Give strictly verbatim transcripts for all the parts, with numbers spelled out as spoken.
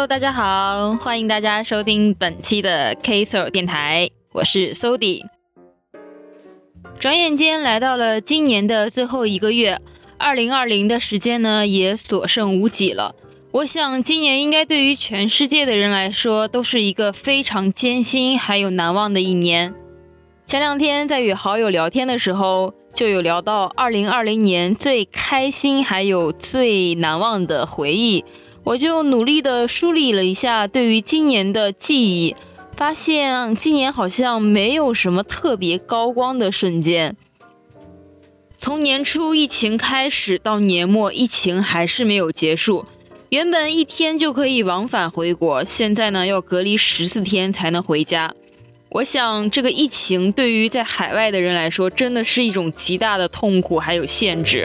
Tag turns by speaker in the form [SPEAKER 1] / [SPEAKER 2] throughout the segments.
[SPEAKER 1] 大家好，欢迎大家收听本期的 K-Soul 电台，我是 Sody。转眼间来到了今年的最后一个月，二零二零的时间呢也所剩无几了。我想今年应该对于全世界的人来说都是一个非常艰辛还有难忘的一年。前两天在与好友聊天的时候，就有聊到二零二零年最开心还有最难忘的回忆，我就努力的梳理了一下对于今年的记忆，发现今年好像没有什么特别高光的瞬间。从年初疫情开始到年末，疫情还是没有结束。原本一天就可以往返回国，现在呢要隔离十四天才能回家。我想这个疫情对于在海外的人来说，真的是一种极大的痛苦还有限制。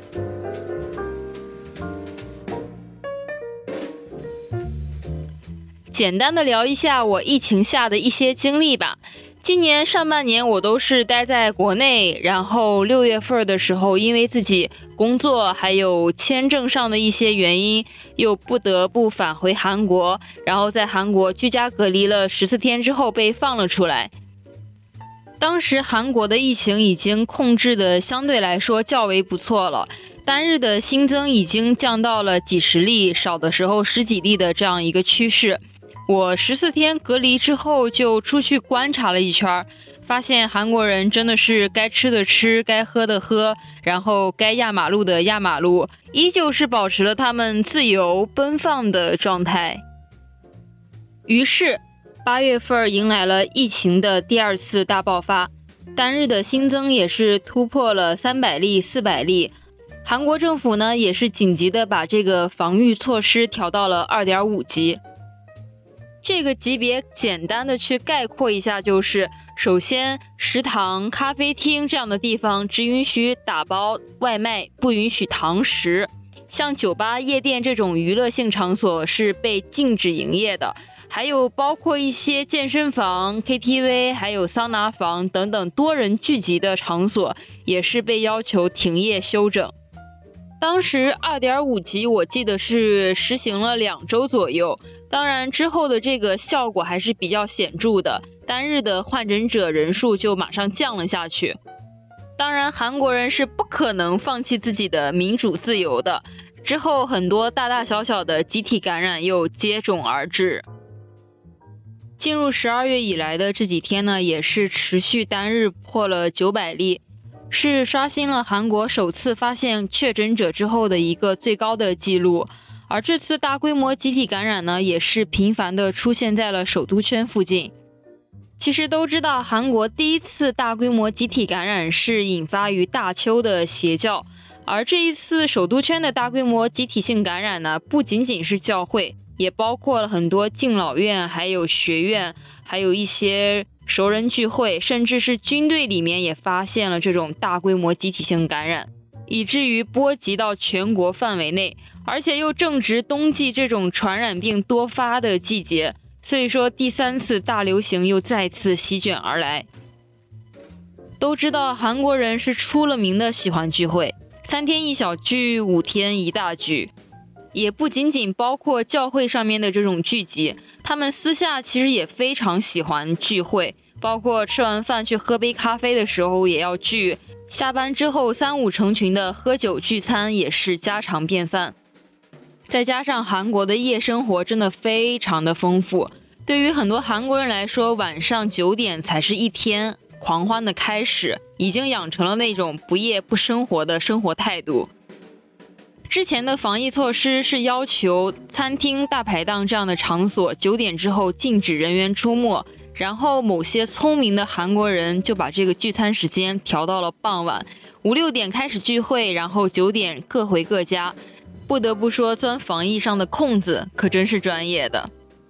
[SPEAKER 1] 简单的聊一下我疫情下的一些经历吧。今年上半年我都是待在国内，然后六月份的时候，因为自己工作还有签证上的一些原因，又不得不返回韩国，然后在韩国居家隔离了十四天之后被放了出来。当时韩国的疫情已经控制的相对来说较为不错了，单日的新增已经降到了几十例，少的时候十几例的这样一个趋势。我十四天隔离之后就出去观察了一圈，发现韩国人真的是该吃的吃，该喝的喝，然后该压马路的压马路，依旧是保持了他们自由奔放的状态。于是八月份迎来了疫情的第二次大爆发，单日的新增也是突破了三百例四百例。韩国政府呢也是紧急的把这个防御措施调到了 二点五 级。这个级别简单的去概括一下，就是首先食堂、咖啡厅这样的地方只允许打包外卖，不允许堂食。像酒吧、夜店这种娱乐性场所是被禁止营业的，还有包括一些健身房、K T V 还有桑拿房等等多人聚集的场所也是被要求停业休整。当时 二点五 级我记得是实行了两周左右，当然之后的这个效果还是比较显著的，单日的患诊者人数就马上降了下去。当然韩国人是不可能放弃自己的民主自由的，之后很多大大小小的集体感染又接踵而至。进入十二月以来的这几天呢，也是持续单日破了九百例，是刷新了韩国首次发现确诊者之后的一个最高的记录。而这次大规模集体感染呢，也是频繁的出现在了首都圈附近。其实都知道，韩国第一次大规模集体感染是引发于大邱的邪教，而这一次首都圈的大规模集体性感染呢，不仅仅是教会，也包括了很多敬老院，还有学院，还有一些熟人聚会，甚至是军队里面也发现了这种大规模集体性感染，以至于波及到全国范围内，而且又正值冬季这种传染病多发的季节，所以说第三次大流行又再次席卷而来。都知道韩国人是出了名的喜欢聚会，三天一小聚，五天一大聚，也不仅仅包括教会上面的这种聚集，他们私下其实也非常喜欢聚会，包括吃完饭去喝杯咖啡的时候也要聚，下班之后三五成群的喝酒聚餐也是家常便饭。再加上韩国的夜生活真的非常的丰富，对于很多韩国人来说，晚上九点才是一天狂欢的开始，已经养成了那种不夜不生活的生活态度。之前的防疫措施是要求餐厅、大排档这样的场所九点之后禁止人员出没，然后某些聪明的韩国人就把这个聚餐时间调到了傍晚，五六点开始聚会，然后九点各回各家。不得不说，钻防疫上的空子可真是专业的。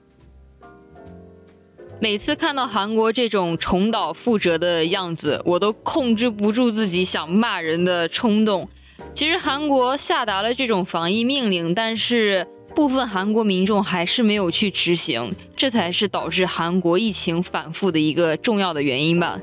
[SPEAKER 1] 每次看到韩国这种重蹈覆辙的样子，我都控制不住自己想骂人的冲动。其实韩国下达了这种防疫命令，但是部分韩国民众还是没有去执行，这才是导致韩国疫情反复的一个重要的原因吧。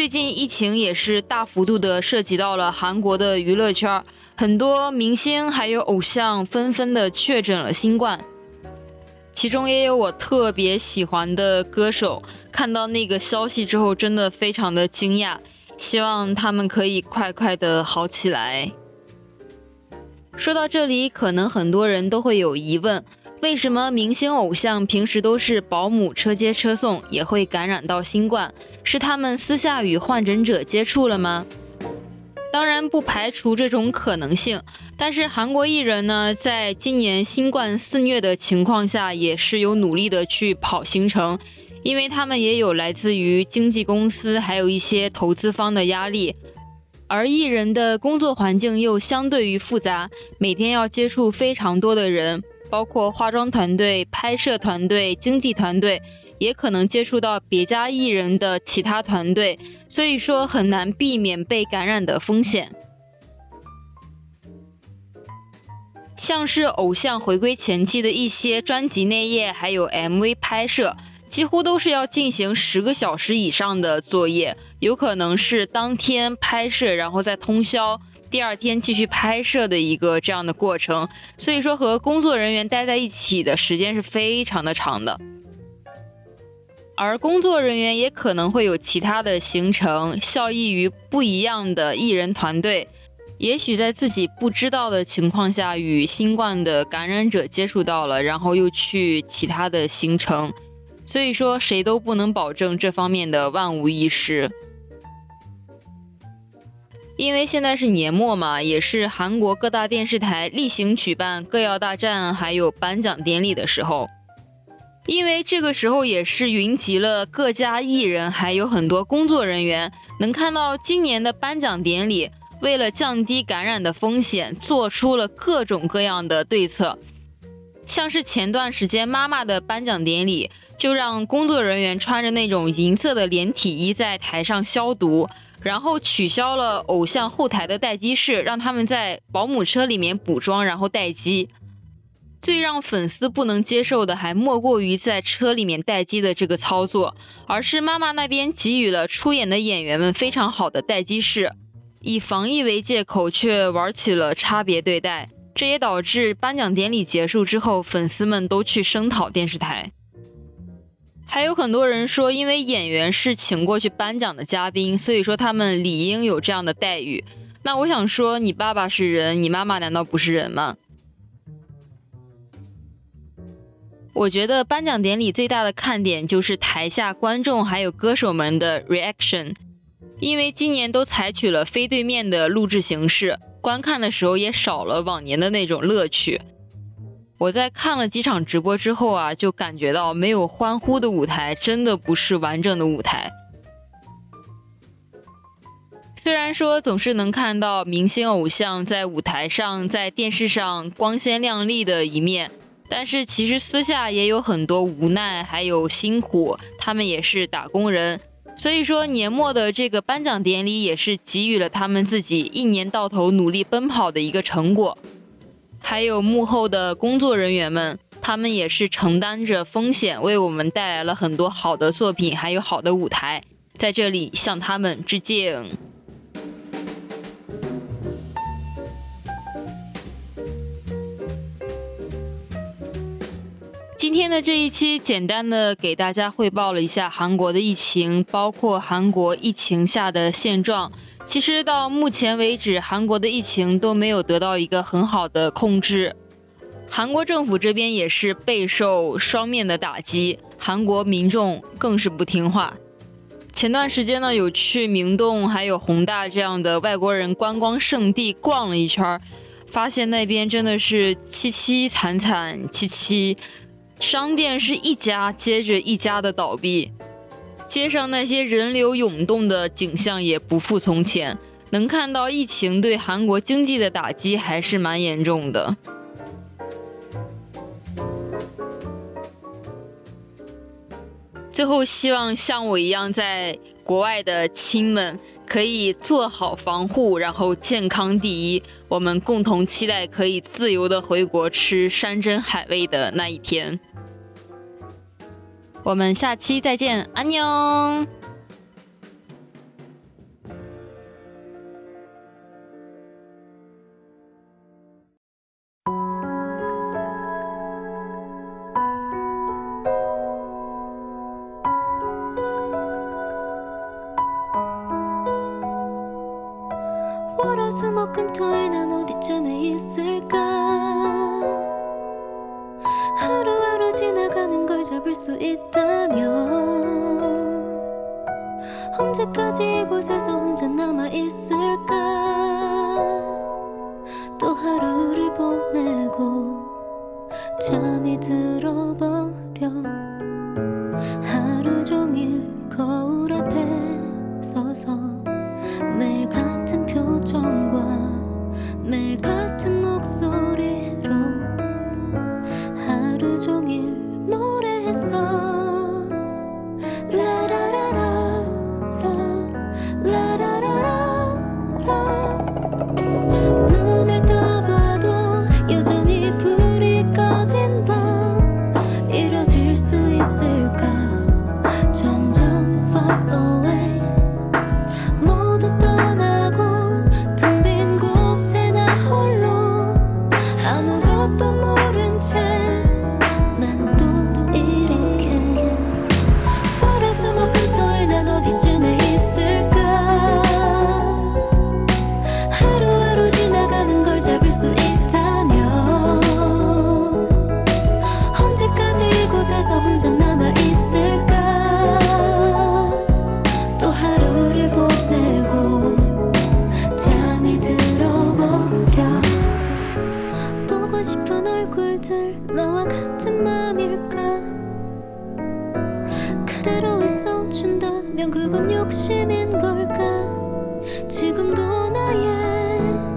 [SPEAKER 1] 最近疫情也是大幅度的涉及到了韩国的娱乐圈，很多明星还有偶像纷纷的确诊了新冠，其中也有我特别喜欢的歌手，看到那个消息之后真的非常的惊讶，希望他们可以快快的好起来。说到这里，可能很多人都会有疑问，为什么明星偶像平时都是保姆车接车送，也会感染到新冠？是他们私下与患诊者接触了吗？当然不排除这种可能性，但是韩国艺人呢，在今年新冠肆虐的情况下，也是有努力的去跑行程，因为他们也有来自于经纪公司还有一些投资方的压力，而艺人的工作环境又相对于复杂，每天要接触非常多的人，包括化妆团队、拍摄团队、经纪团队，也可能接触到别家艺人的其他团队，所以说很难避免被感染的风险。像是偶像回归前期的一些专辑内页还有 M V 拍摄，几乎都是要进行十个小时以上的作业，有可能是当天拍摄然后再通宵，第二天继续拍摄的一个这样的过程，所以说和工作人员待在一起的时间是非常的长的。而工作人员也可能会有其他的行程，效益于不一样的艺人团队，也许在自己不知道的情况下与新冠的感染者接触到了，然后又去其他的行程，所以说谁都不能保证这方面的万无一失。因为现在是年末嘛，也是韩国各大电视台例行举办歌谣大战还有颁奖典礼的时候，因为这个时候也是云集了各家艺人还有很多工作人员，能看到今年的颁奖典礼为了降低感染的风险做出了各种各样的对策，像是前段时间妈妈的颁奖典礼，就让工作人员穿着那种银色的连体衣在台上消毒，然后取消了偶像后台的待机室，让他们在保姆车里面补妆然后待机。最让粉丝不能接受的还莫过于在车里面待机的这个操作，而是妈妈那边给予了出演的演员们非常好的待机室，以防疫为借口却玩起了差别对待，这也导致颁奖典礼结束之后，粉丝们都去声讨电视台。还有很多人说，因为演员是请过去颁奖的嘉宾，所以说他们理应有这样的待遇。那我想说，你爸爸是人，你妈妈难道不是人吗？我觉得颁奖典礼最大的看点就是台下观众还有歌手们的 reaction， 因为今年都采取了非对面的录制形式，观看的时候也少了往年的那种乐趣。我在看了几场直播之后啊，就感觉到没有欢呼的舞台真的不是完整的舞台。虽然说总是能看到明星偶像在舞台上在电视上光鲜亮丽的一面，但是其实私下也有很多无奈还有辛苦，他们也是打工人，所以说年末的这个颁奖典礼也是给予了他们自己一年到头努力奔跑的一个成果。还有幕后的工作人员们，他们也是承担着风险，为我们带来了很多好的作品还有好的舞台，在这里向他们致敬。今天的这一期简单的给大家汇报了一下韩国的疫情，包括韩国疫情下的现状。其实到目前为止，韩国的疫情都没有得到一个很好的控制，韩国政府这边也是备受双面的打击，韩国民众更是不听话。前段时间呢，有去明洞还有弘大这样的外国人观光胜地逛了一圈，发现那边真的是凄凄惨惨戚戚，商店是一家接着一家的倒闭，街上那些人流涌动的景象也不复从前，能看到疫情对韩国经济的打击还是蛮严重的。最后希望像我一样在国外的亲们可以做好防护，然后健康第一，我们共同期待可以自由的回国吃山珍海味的那一天。我们下期再见，安妞。
[SPEAKER 2] 수 있다면 언제까지 이곳에서 혼자 남아있을까 또 하루를 보내고 잠이 들어버려 하루 종일 거울 앞에 서서 매일 같은 표정과 매일 같은 목소리로 하루 종일 노래했어 라라라라 라라라라 눈을 떠봐도 여전히 불이 꺼진 밤 이뤄질 수 있을까 점점 far away 모두 떠나고 텅 빈 곳에 나 홀로 아무것도 모른 채 난 또 이렇게 월화수목금토일 난 어디쯤에 있을까 하루하루 지나가는 걸 잡을 수 있다면 언제까지 이곳에서 혼자 남아있을까 또 하루를 보내고 잠이 들어버려 보고 싶은 얼굴들 너와 같은 맘일까 그대로 있어준다면 그건 욕심인 걸까 지금도 나의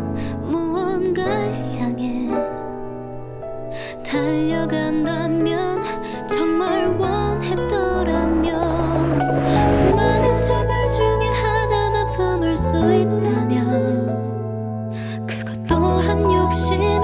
[SPEAKER 2] 무언가를 향해 달려간다면 정말 원했더라면 수많은 점을 중에 하나만 품을 수 있다면 그것 또한 욕심